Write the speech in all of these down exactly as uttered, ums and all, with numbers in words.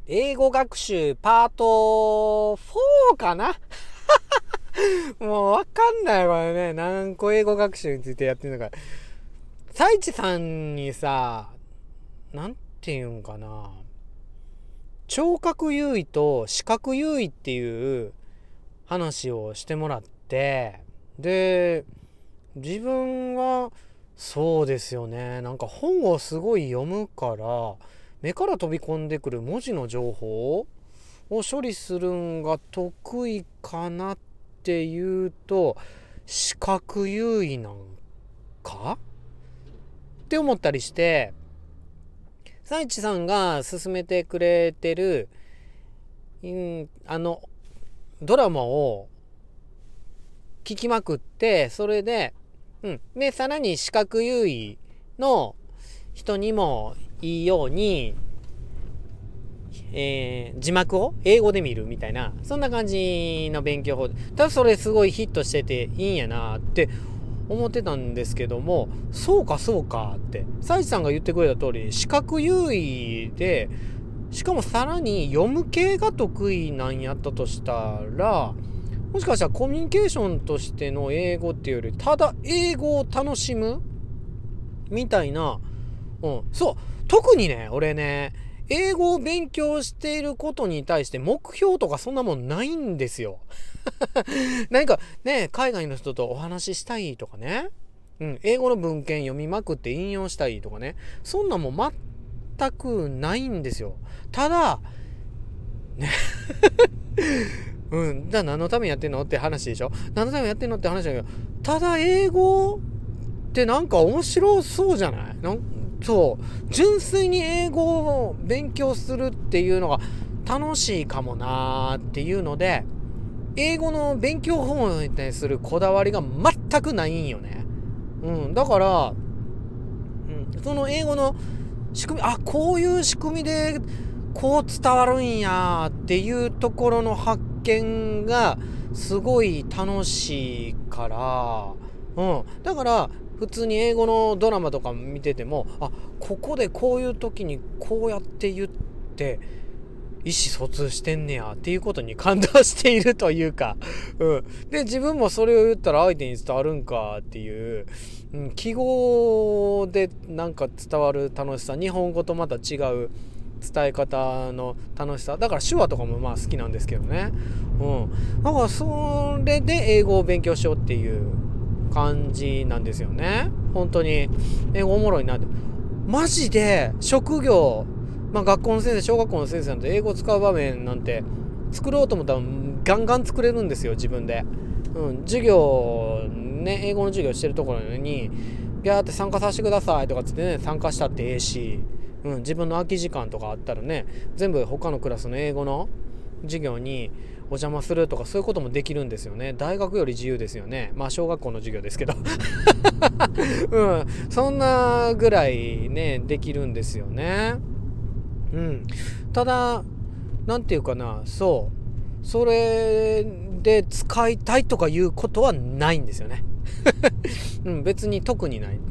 英語学習パートフォーかなもうわかんないわよね。何個英語学習についてやってるのか。サイチさんにさ、なんていうんかな。聴覚優位と視覚優位っていう話をしてもらって、で、自分はそうですよね。なんか本をすごい読むから、目から飛び込んでくる文字の情報を処理するんが得意かなっていうと、視覚優位なんかって思ったりして、サイチさんが勧めてくれてる、うん、あのドラマを聞きまくって、それで、うん、でさらに視覚優位の人にもいいように、えー、字幕を英語で見るみたいな、そんな感じの勉強法で、ただそれすごいヒットしてていいんやなって思ってたんですけども、そうかそうかって、サイチさんが言ってくれた通り、視覚優位で、しかもさらに読む系が得意なんやったとしたら、もしかしたらコミュニケーションとしての英語っていうより、ただ英語を楽しむみたいな、うん、そう、特にね、俺ね、英語を勉強していることに対して目標とかそんなもんないんですよ。何かね、海外の人とお話ししたいとかね、うん、英語の文献読みまくって引用したいとかね、そんなもん全くないんですよ。ただ、ね、うん、じゃあ何のためにやってんのって話でしょ。何のためにやってんのって話だけど、ただ英語ってなんか面白そうじゃない？なんそう純粋に英語を勉強するっていうのが楽しいかもなーっていうので、英語の勉強法に対するこだわりが全くないんよね。うん、だから、うん、その英語の仕組み、あ、こういう仕組みでこう伝わるんやっていうところの発見がすごい楽しいから、うん、だから普通に英語のドラマとか見てても、あ、ここでこういう時にこうやって言って意思疎通してんねやっていうことに感動しているというか、うん、で自分もそれを言ったら相手に伝わるんかっていう、うん、記号でなんか伝わる楽しさ、日本語とまた違う伝え方の楽しさだから、手話とかもまあ好きなんですけどね、うん、だからそれで英語を勉強しようっていう感じなんですよね。本当に英語おもろいなって、マジで職業、まあ、学校の先生、小学校の先生なんて英語を使う場面なんて作ろうと思ったらガンガン作れるんですよ、自分で。うん、授業ね、英語の授業してるところにギャーって参加させてくださいとかつってね、参加したってええし、うん、自分の空き時間とかあったらね、全部他のクラスの英語の授業にお邪魔するとか、そういうこともできるんですよね。大学より自由ですよね。まあ小学校の授業ですけどうん、そんなぐらいねできるんですよね。うん、ただなんていうかな、そうそれで使いたいとかいうことはないんですよね、うん、別に特にない、うん、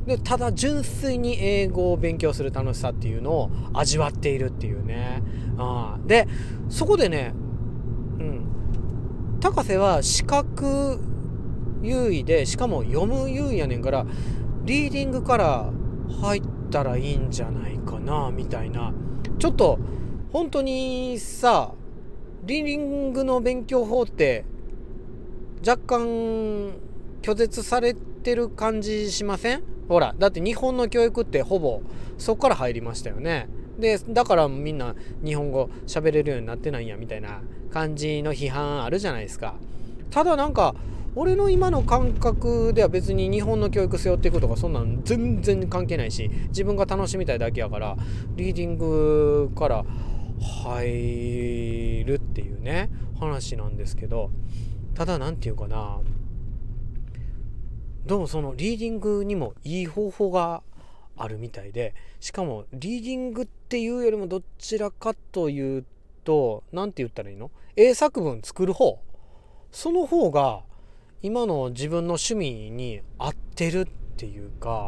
でただ純粋に英語を勉強する楽しさっていうのを味わっているっていうね。あでそこでね、うん、高瀬は視覚優位で、しかも読む優位やねんから、リーディングから入ったらいいんじゃないかなみたいな。ちょっと本当にさ、リーディングの勉強法って若干拒絶されてる感じしません？ほら、だって日本の教育ってほぼそこから入りましたよね。でだからみんな日本語喋れるようになってないんやみたいな感じの批判あるじゃないですか。ただなんか俺の今の感覚では別に日本の教育背負っていくとかそんなん全然関係ないし、自分が楽しみたいだけやから、リーディングから入るっていうね話なんですけど、ただなんていうかな、どうもそのリーディングにもいい方法があるみたいで、しかもリーディングっていうよりもどちらかというと、なんて言ったらいいの、英作文作る方、その方が今の自分の趣味に合ってるっていうか、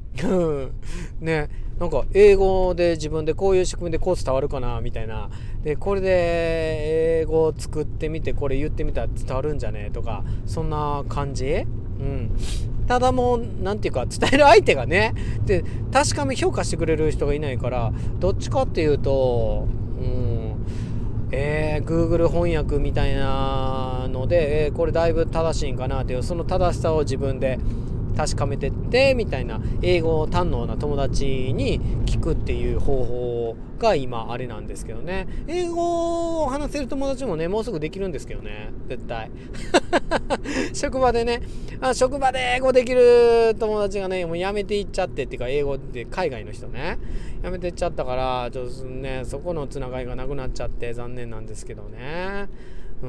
ね、なんか英語で自分でこういう仕組みでこう伝わるかなみたいな、でこれで英語を作ってみてこれ言ってみたら伝わるんじゃねとか、そんな感じ。うん、ただもうなんていうか、伝える相手がねで確かめ評価してくれる人がいないから、どっちかっていうと、うん、えー、Google 翻訳みたいなので、えー、これだいぶ正しいんかなっていう、その正しさを自分で確かめてってみたいな、英語堪能な友達に聞くっていう方法が今あれなんですけどね。英語を話せる友達もね、もうすぐできるんですけどね、絶対職場でね、あ職場で英語できる友達がね、もう辞めていっちゃってっていうか、英語で海外の人ね辞めていっちゃったから、ちょっとねそこのつながりがなくなっちゃって残念なんですけどね。うん、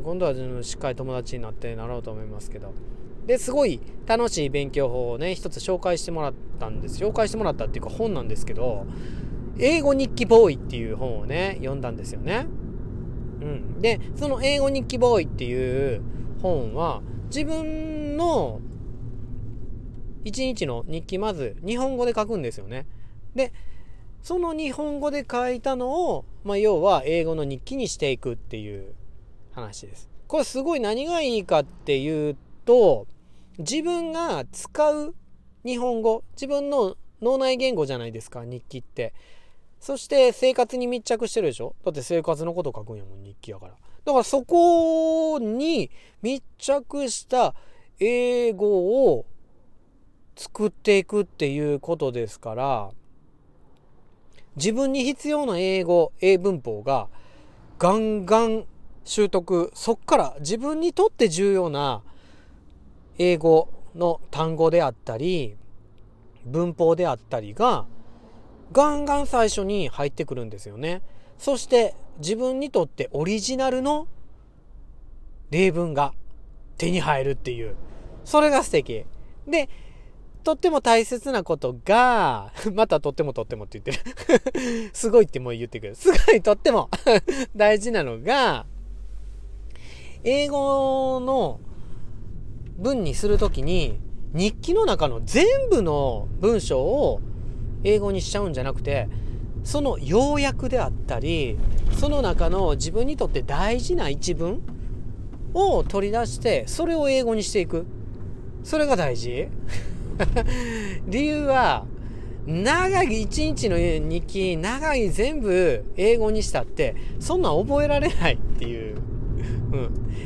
今度はしっかり友達になってなろうと思いますけど、ですごい楽しい勉強法をね一つ紹介してもらったんです紹介してもらったっていうか本なんですけど、英語日記ボーイっていう本をね読んだんですよね。うん、でその英語日記ボーイっていう本は自分の一日の日記、まず日本語で書くんですよね。でその日本語で書いたのを、まあ、要は英語の日記にしていくっていう話です。これすごい何がいいかっていうと、自分が使う日本語、自分の脳内言語じゃないですか、日記って。そして生活に密着してるでしょ。だって生活のこと書くんやもん、日記やから。だからそこに密着した英語を作っていくっていうことですから、自分に必要な英語、英文法がガンガン習得、そっから自分にとって重要な英語の単語であったり文法であったりがガンガン最初に入ってくるんですよね。そして自分にとってオリジナルの例文が手に入るっていう、それが素敵で、とっても大切なことがまたとってもとってもって言ってるすごいってもう言ってくる、すごいとっても大事なのが、英語の文にするときに日記の中の全部の文章を英語にしちゃうんじゃなくて、その要約であったりその中の自分にとって大事な一文を取り出してそれを英語にしていく、それが大事理由は、長い一日の日記長い全部英語にしたってそんなん覚えられないっていう、うん、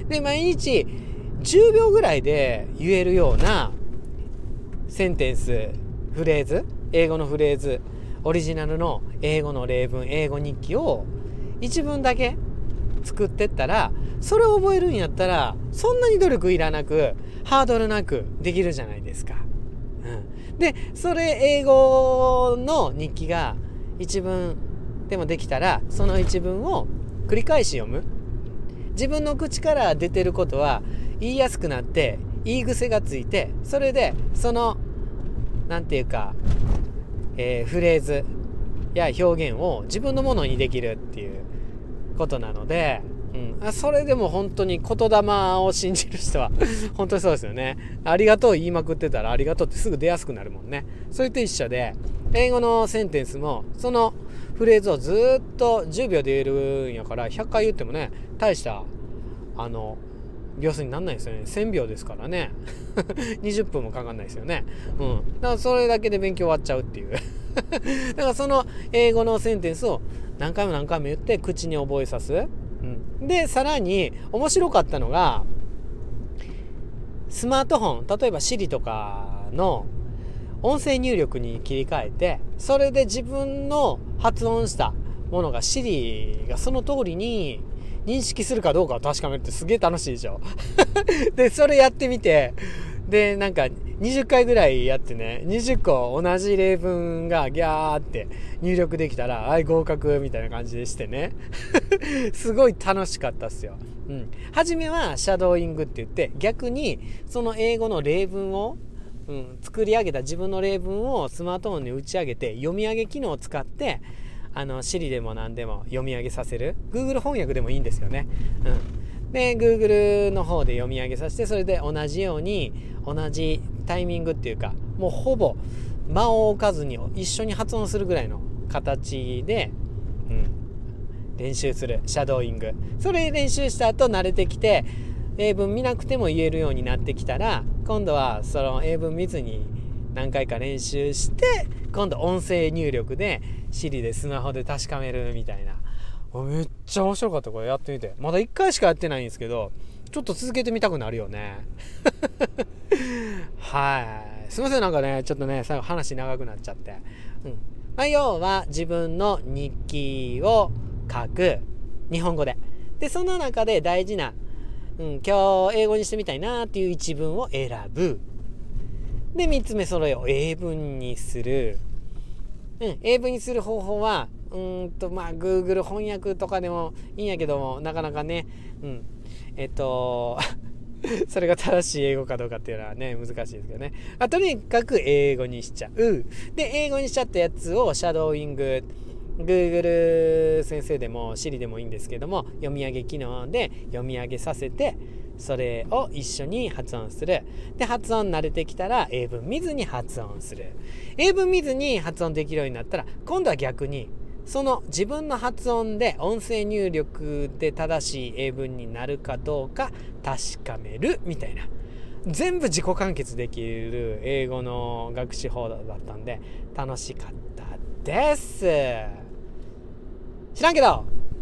で毎日じゅうびょうぐらいで言えるようなセンテンス、フレーズ、英語のフレーズ、オリジナルの英語の例文、英語日記を一文だけ作ってったら、それを覚えるんやったらそんなに努力いらなくハードルなくできるじゃないですか。うん、でそれ英語の日記が一文でもできたら、その一文を繰り返し読む。自分の口から出てることは言いやすくなって言い癖がついて、それでそのなんていうか、えー、フレーズや表現を自分のものにできるっていうことなので、うん、それでも本当に言霊を信じる人は本当にそうですよね。ありがとう言いまくってたらありがとうってすぐ出やすくなるもんね。それと一緒で英語のセンテンスもそのフレーズをずっとじゅうびょうで言えるんやから、ひゃっかい言ってもね大したあの秒数になんないですよね。せんびょうですからねにじゅっぷんもかかんないですよね。うん、だからそれだけで勉強終わっちゃうっていうだからその英語のセンテンスを何回も何回も言って口に覚えさす、うん、でさらに面白かったのが、スマートフォン、例えば Siri とかの音声入力に切り替えて、それで自分の発音したものが Siri がその通りに認識するかどうかを確かめるってすげえ楽しいでしょでそれやってみて、でなんかにじゅっかいぐらいやってね、にじゅっこ同じ例文がギャーって入力できたら、はい合格みたいな感じでしてねすごい楽しかったっすよ。うん、初めはシャドーイングって言って、逆にその英語の例文を、うん、作り上げた自分の例文をスマートフォンに打ち上げて読み上げ機能を使ってあの Siri でも何でも読み上げさせる。 Google 翻訳でもいいんですよね。うん、で Google の方で読み上げさせて、それで同じように同じタイミングっていうか、もうほぼ間を置かずに一緒に発音するぐらいの形で、うん、練習するシャドーイング。それ練習した後慣れてきて英文見なくても言えるようになってきたら、今度はその英文見ずに何回か練習して、今度音声入力で Siri でスマホで確かめるみたいな。めっちゃ面白かった。これやってみて。まだいっかいしかやってないんですけど、ちょっと続けてみたくなるよね。はい、すいません、なんかねちょっとね最後話長くなっちゃって、うん、まあ、要は自分の日記を書く、日本語で。でその中で大事な、うん、今日英語にしてみたいなっていう一文を選ぶ。でみっつめ、それを英文にする。うん、英文にする方法はうーんとまあ Google 翻訳とかでもいいんやけども、なかなかね、うんえっとそれが正しい英語かどうかっていうのはね難しいですけどね。あとにかく英語にしちゃう。で英語にしちゃったやつをシャドーイング、 Google 先生でも Siri でもいいんですけども、読み上げ機能で読み上げさせて、それを一緒に発音する。で発音慣れてきたら英文見ずに発音する。英文見ずに発音できるようになったら、今度は逆にその自分の発音で音声入力で正しい英文になるかどうか確かめるみたいな、全部自己完結できる英語の学習法だったんで楽しかったです。知らんけど